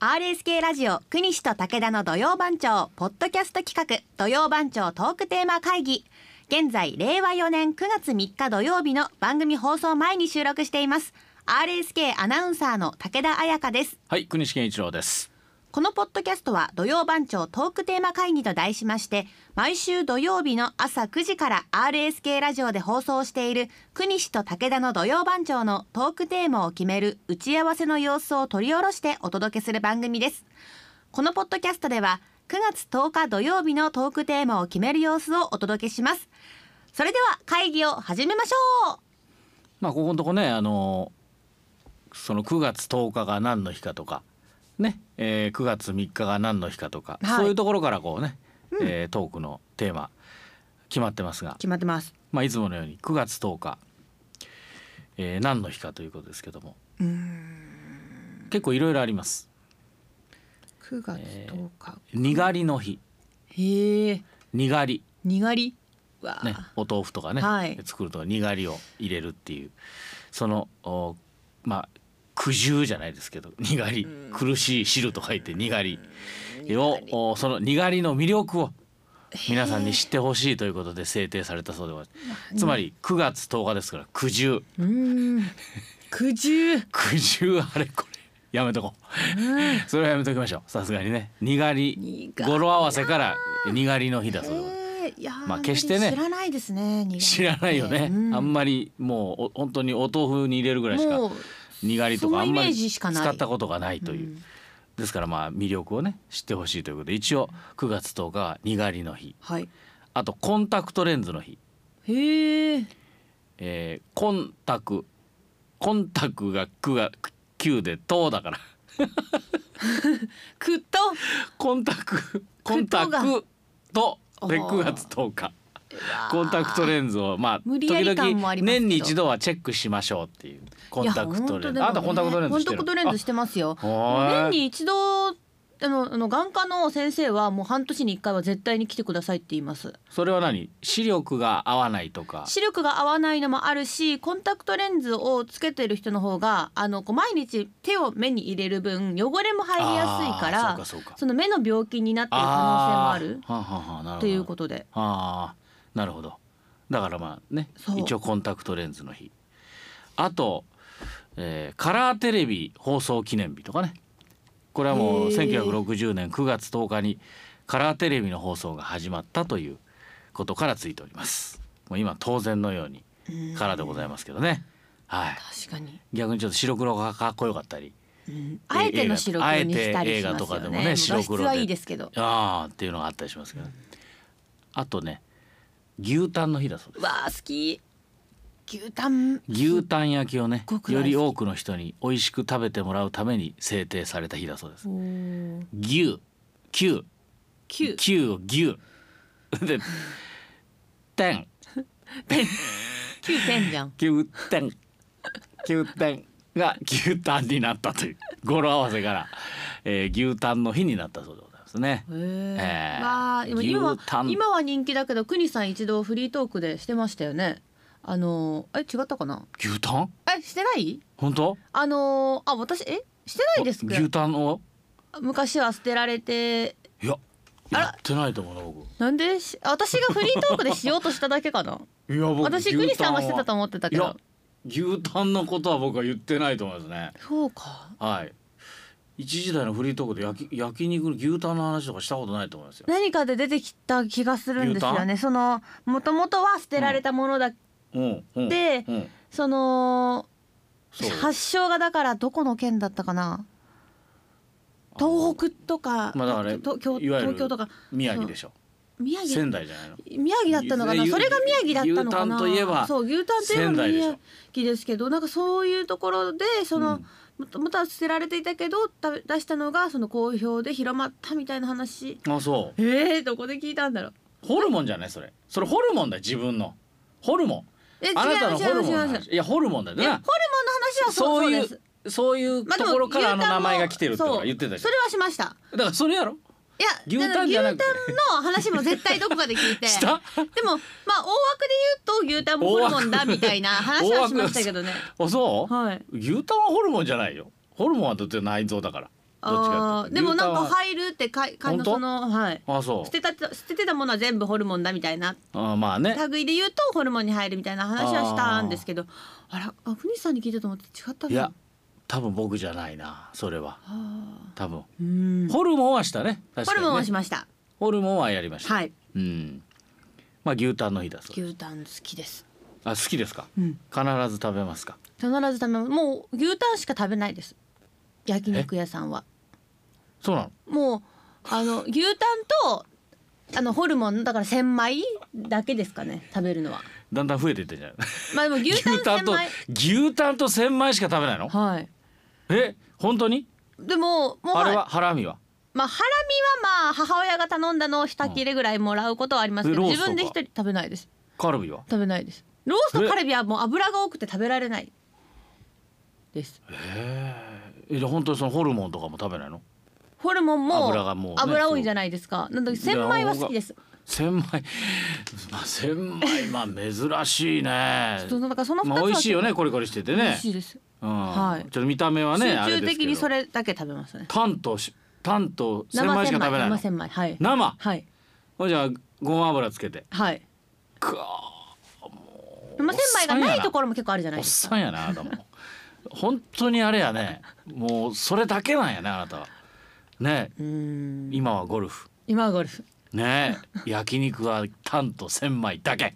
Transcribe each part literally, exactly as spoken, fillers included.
アールエスケー ラジオ国西と武田の土曜番長ポッドキャスト企画土曜番長トークテーマ会議。現在れいわよねんくがつみっか土曜日の番組放送前に収録しています。 アールエスケー アナウンサーの武田彩香です。 はい、国西健一郎です。 このポッドキャストは土曜番長トークテーマ会議と題しまして、毎週土曜日の朝くじから アールエスケー ラジオで放送している国西と武田の土曜番長のトークテーマを決める打ち合わせの様子を取り下ろしてお届けする番組です。このポッドキャストではくがつとおか土曜日のトークテーマを決める様子をお届けします。それでは会議を始めましょう。 まあここのとこね、あのそのくがつとおかが何の日かとかね、えー、くがつみっかが何の日かとか、はい、そういうところからこうね、うんえー、トークのテーマ決まってますが、 決まってます。 まあいつものようにくがつとおか、えー、何の日かということですけども、うーん結構いろいろあります。 くがつとおか、 えー、にがりの日。 へえ。 にがり。 にがり。わね、お豆腐とかね、はい、作るとかにがりを入れるっていう、そのまあ苦渋じゃないですけど、にがり、苦しい汁と書いてにがりを、そのにがりの魅力を皆さんに知ってほしいということで制定されたそうでは、つまりくがつとおかですから苦渋。うーん苦渋苦渋あれこれやめとこうそれはやめときましょう。さすがにね、にがり語呂合わせからにがりの日だそうで、 いやまあ決してね知らないですね。にがり知らないよね、うん、あんまりもう本当にお豆腐に入れるぐらいしかにがりとかあんまり使ったことがないという、うん、ですからまあ魅力をね知ってほしいということで、一応くがつとおかはにがりの日、はい、あとコンタクトレンズの日。 へー、 えー、コンタクコンタクがくがきゅうでとだからくとコンタクコンタクとでくがつとおかコンタクトレンズをまあ時々年に一度はチェックしましょうっていうコンタクトレンズ。あなたコンタクトレンズしてる？ コンタクトレンズしてますよ。年に一度あのあの眼科の先生はもう半年にいっかいは絶対に来てくださいって言います。 それは何？視力が合わないとか？ 視力が合わないのもあるし、コンタクトレンズをつけてる人の方があのこう毎日手を目に入れる分汚れも入りやすいから、 そ, そ, その目の病気になってる可能性もあるはははということで。 あなるほど。だからまあね、一応コンタクトレンズの日、あと、えー、カラーテレビ放送記念日とかね。これはもうせんきゅうひゃくろくじゅうねんくがつとおかにカラーテレビの放送が始まったということからついております。もう今当然のようにカラーでございますけどね、はい、 確かに逆にちょっと白黒がかっこよかったり、 うん、あえての白黒にしたりしますよね。映画とかでもね白黒ではいいですけど、 あーっていうのがあったりしますけど、うん、あとね牛タンの日だそうです。 わあ好き。牛タン牛タン焼きをねより多くの人に美味しく食べてもらうために制定された日だそうです。牛九九九を牛で天天九天じゃん。 九天九天が牛タンになったという語呂合わせから、えー、牛タンの日になったそうでございますね。 へー、えーまあ、今, 今は人気だけど国さん一度フリートークでしてましたよね。あのえ違ったかな。 牛タンえしてない？ 本当？ あのあ私えしてないですか。 牛タンを昔は捨てられて、 いややってないと思うな僕。 なんでし私がフリートークでしようとしただけかな。 いや僕私国さんがしてたと思ってたけど。 いや牛タンのことは僕は言ってないと思いますね。 そうか。 はい。一時代のフリートークで焼き焼肉の牛タンの話とかしたことないと思いますよ。 何かで出てきた気がするんですよね。その元々は捨てられたものだ、うんうんうん、 で、うん、その発祥がだからどこの県だったかな。東北とか、 まあ、だから東京、東京とか宮城でしょ。 宮城仙台じゃないの。 宮城だったのかな。それが宮城だったのかな。 牛タンといえばそう牛タンといえば宮城ですけど、なんかそういうところでその、うん、もともとは捨てられていたけど出したのがその好評で広まったみたいな話。 あそう。 えー、どこで聞いたんだろう。 ホルモンじゃないそれ。それホルモンだよ自分のホルモン。 えあなたのホルモンの話。 いやホルモンだよな。 ホルモンの話はそうそうです。 そういうところからあの名前が来てるって言ってたじゃん。 それはしました。 だからそれやろ。 いや牛タンじゃなくて牛タンの話も絶対どこかで聞いてした。 でもまあ大枠で言うと牛タンもホルモンだみたいな話はしましたけどね。 あそう、 はい、 牛タンはホルモンじゃないよ。ホルモンはだって内臓だから。 どっちかっていうとあーでもなんか牛タンは入るってかいあの本当そのはいあそう捨てた捨ててたものは全部ホルモンだみたいなあまあね類で言うとホルモンに入るみたいな話はしたんですけど、あらあふにさんに聞いたと思って違ったのいや多分僕じゃないなそれは多分うんホルモンはしたね確かにねホルモンをしました。 ホルモンはやりましたはいうんまあ牛タンの日だそうです牛タン好きです。 あ好きですかうん必ず食べますか必ず食べます。もう牛タンしか食べないです。焼肉屋さんはそうなのもうあの牛タンとあのホルモンだから千枚だけですかね食べるのは。 だんだん増えていってんじゃないまあでも牛タン牛タンと千枚牛タンと千枚しか食べないのはいえ本当にでももうあれはハラミはまあハラミはまあ母親が頼んだのを二切れぐらいもらうことはありますけど、 うんえロースとか自分で一人食べないです。 カルビは食べないです。ロースとカルビはもう油が多くて食べられないです。 へえじゃあ本当にそのホルモンとかも食べないのホルモンも油がもうね油多いじゃないですか。なんだ千枚は好きです。 千枚まあ千枚まあ珍しいねそうなんかその二つまあは美味しいよねコリコリしててね美味しいです。 うんはいちょっと見た目はねあれ集中ですけど的にそれだけ食べますね。 タンとしタンと千枚しか食べないの生千枚はい生はいほいじゃあごま油つけてはい。 くわ生千枚がないところも結構あるじゃなおっいですか。 さんやなあなたも本当にあれやねもうそれだけなんやねあなたはねうーん今はゴルフ今はゴルフ。 ね焼肉はタンと千枚だけ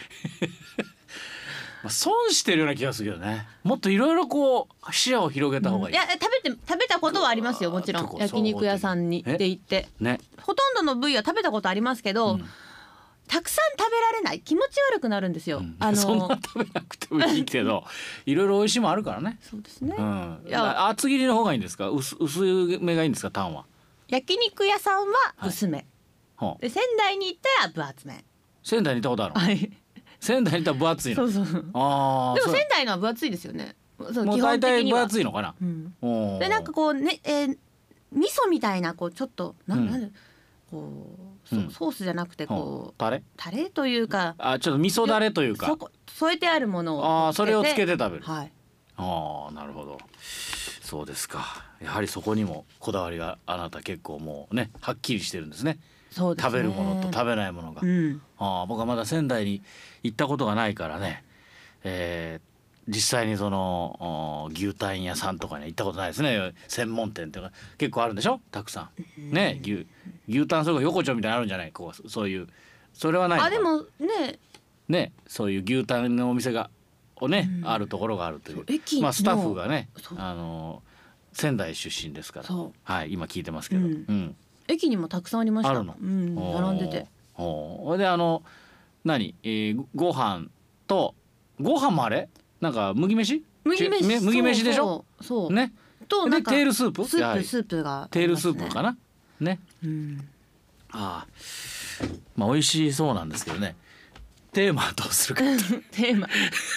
まあ損してるような気がするけどねもっといろいろこう視野を広げた方がいい、 いや食べて食べたことはありますよもちろん。 うわ焼肉屋さんにえで行ってね、 ほとんどの部位は食べたことありますけど、 うんたくさん食べられない気持ち悪くなるんですよ。 うんあのそんな食べなくてもいいけどいろいろ美味しいもんあるからね、 そうですね。 うん、 いや厚切りの方がいいんですか薄薄めがいいんですかタンは、 焼肉屋さんは薄め、 はあ、 で仙台に行ったら分厚め。 仙台に行ったことあるのはい。 仙台に行ったら分厚いのそうそう。でもああ仙台のは分厚いですよね。そうもう基本大体分的には。 厚いのかな、 うんおーでなんかこうね、えー、味噌みたいなこうちょっとな、 うんなんでこう、そうんソースじゃなくてほこううタレタレというかあちょっと味噌だれというかそこ添えてあるものをああそれをつけてて食べる、 はい。 ああなるほどそうですかやはりそこにもこだわりがあなた結構もうねはっきりしてるんですねそうですね。 食べるものと食べないものが、 うん。 ああ僕はまだ仙台に行ったことがないからね、えー実際にそのお牛タン屋さんとかには行ったことないですね専門店っていうのが結構あるんでしょたくさんね牛牛タンそれから横丁みたいなのあるんじゃないこうそういうそれはないのかなあでもねねそういう牛タンのお店がをね、 うんあるところがあるというそう駅のまあスタッフがねそうあの仙台出身ですからそうはい今聞いてますけど、 ううんん駅にもたくさんありました。 あるのうん並んでて。 おーほいであの何、えー、ご飯とご飯もあれなんか麦飯麦飯、 ね麦飯でしょそうそうそうねでとなんかテールスープスープやはりスープが、 テールスープかなねうん、 ああまあ美味しそうなんですけどねテーマはどうするかテーマ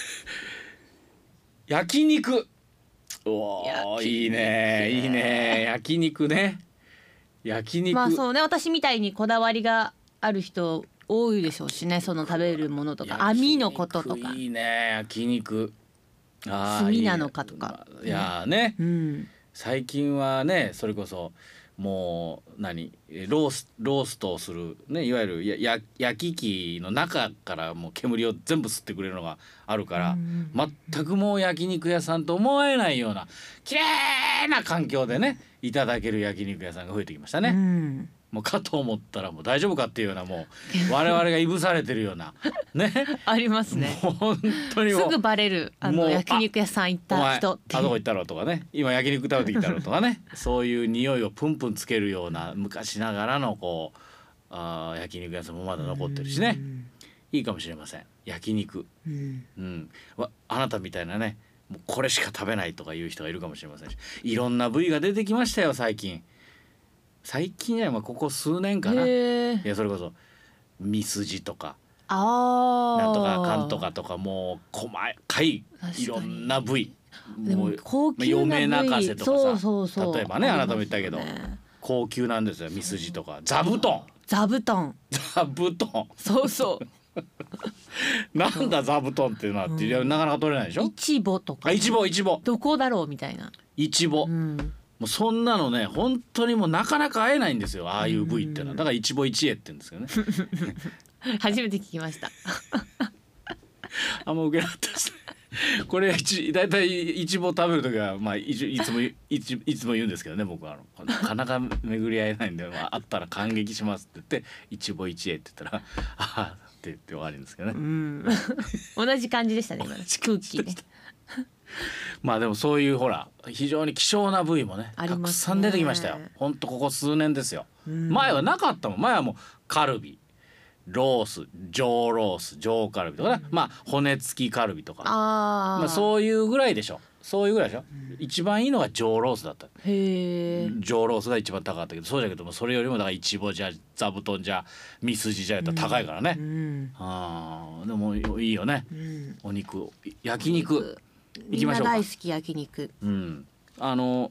焼肉おー焼肉いいねいいね焼肉ね焼肉、 まあそうね私みたいにこだわりがある人多いでしょうしねその食べるものとか網のこととかいいね焼肉あー炭なのかとかいいねいやーねうん最近はねそれこそもう何ロースローストをするねいわゆるやや焼き器の中からもう煙を全部吸ってくれるのがあるから、 うん全くもう焼肉屋さんと思えないような綺麗な環境でねいただける焼肉屋さんが増えてきましたね。 うんもうかと思ったらもう大丈夫かっていうようなもう我々がいぶされてるようなねありますねもう本当にもうすぐバレるあもうの焼肉屋さん行っお前た人ってあどこ行ったろとかね今焼肉食べてきたろとかねそういう匂いをプンプンつけるような昔ながらのこうあ焼肉屋さんもまだ残ってるしねいいかもしれません焼肉、 うんうん、わあなたみたいなねもうこれしか食べないとかいう人がいるかもしれませんしいろんな部位が出てきましたよ最近最近やまあここ数年かないへえやそれこそミスジとかあなんとかかんとかとかもう細かい確かにいろんな部位でも高級な部位嫁泣かせとかさそうそうそう例えばねあなたも言ったけど、 ありますね高級なんですよミスジとか座布団座布団座布団そうそうなんだ座布団っていうのはって、いやなかなか取れないでしょイチボとかあイチボイチボどこだろうみたいな、 イチボ、 うん、 もうそんなのね本当にもうなかなか会えないんですよ、ああいう部位っていうのは。だから一期一会って言うんですけどね初めて聞きましたあんま受けなかったですねこれだいたい一望食べるときは、まあ、い, いつもいついつも言うんですけどね、僕はあのなかなか巡り合えないんで、まあ、あったら感激しますって言って一期一会って言ったらああって言って終わりんですけどね。 うん同じ感じでしたね今の空気ねまあでもそういうほら非常に希少な部位も ね, ありますねたくさん出てきましたよ。ほんとここ数年ですよ。前はなかったもん。前はもうカルビ、ロース、上ロース、上カルビとかね、まあ骨付きカルビとか、 あ、 まあ、そういうぐらいでしょ。そういうぐらいでしょ、うん、一番いいのが上ロースだった。 へー、 上ロースが一番高かったけど、そうだけどもそれよりもだからイチボじゃ座布団じゃミスジじゃやったら高いからね、 うんうん、 あでもいいよね、うん、お肉焼肉行きましょうか。 みんな大好き焼肉、 うん、あの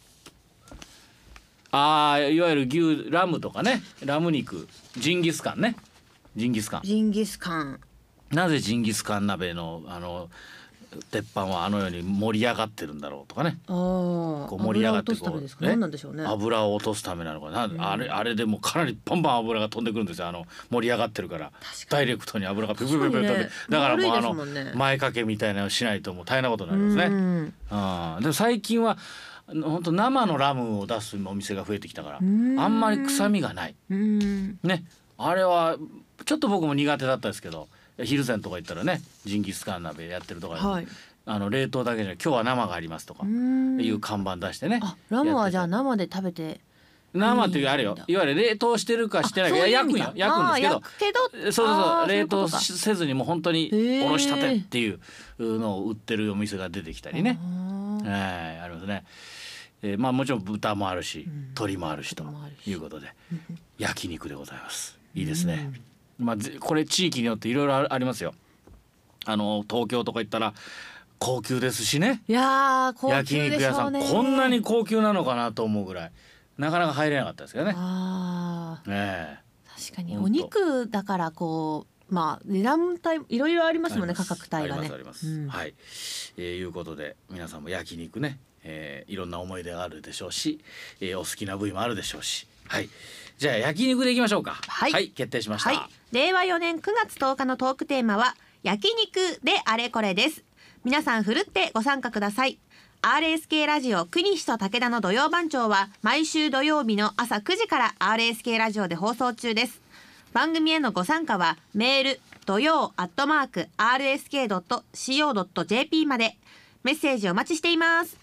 あいわゆる牛ラムとかね、ラム肉、ジンギスカンね、ジンギスカンジンギスカン、 なぜジンギスカン鍋のあの鉄板はあのように盛り上がってるんだろうとかね、 あこう盛り上がってこう、ね、何なんでしょうね、 油を落とすためなのかな、うん、あれあれでもかなりバンバン油が飛んでくるんですよ、あの盛り上がってるから。ダイレクトに油がピュピュピュピュ飛んで、だからもうあの前掛けみたいなのをしないともう大変なことになりますね。うんあでも最近は本当生のラムを出すお店が増えてきたから、あんまり臭みがないね。あれはちょっと僕も苦手だったですけど、昼前とか行ったらね、ジンギスカン鍋やってるとか、はい、あの冷凍だけじゃなく今日は生がありますとかいう看板出してね。 あラムはじゃあ生で食べて、 生っていうあれよ、いわゆる冷凍してるかしてないか、焼くんよ、焼くんですけど、 焼くけどそうそうそう、冷凍せずにもう本当におろしたてっていうのを売ってるお店が出てきたりね、えー、ありますね。えー、まあもちろん豚もあるし、うん、鶏もあるしということで、うん、焼肉でございます。いいですね、うん、まあこれ地域によっていろいろありますよ。あの東京とか行ったら高級ですしね。 いや高級でしょうね。 焼肉屋さんこんなに高級なのかなと思うぐらいなかなか入れなかったですけどね。 あね確かにお肉だからこうまあ値段帯いろいろありますもんね、価格帯がね。 ありますあります、うん、はい、えー、いうことで皆さんも焼肉ね、えー、いろんな思い出があるでしょうし、えー、お好きな部位もあるでしょうし、はい、じゃあ焼肉でいきましょうか。 はい、 はい、決定しました、はい、 れいわよねんくがつとおかのトークテーマは焼肉であれこれです。皆さんふるってご参加ください。 アールエスケー ラジオ国西と武田の土曜番長は毎週土曜日の朝くじから アールエスケー ラジオで放送中です。番組へのご参加はメール土曜アットマーク アールエスケードットシーオードットジェーピー まで。メッセージお待ちしています。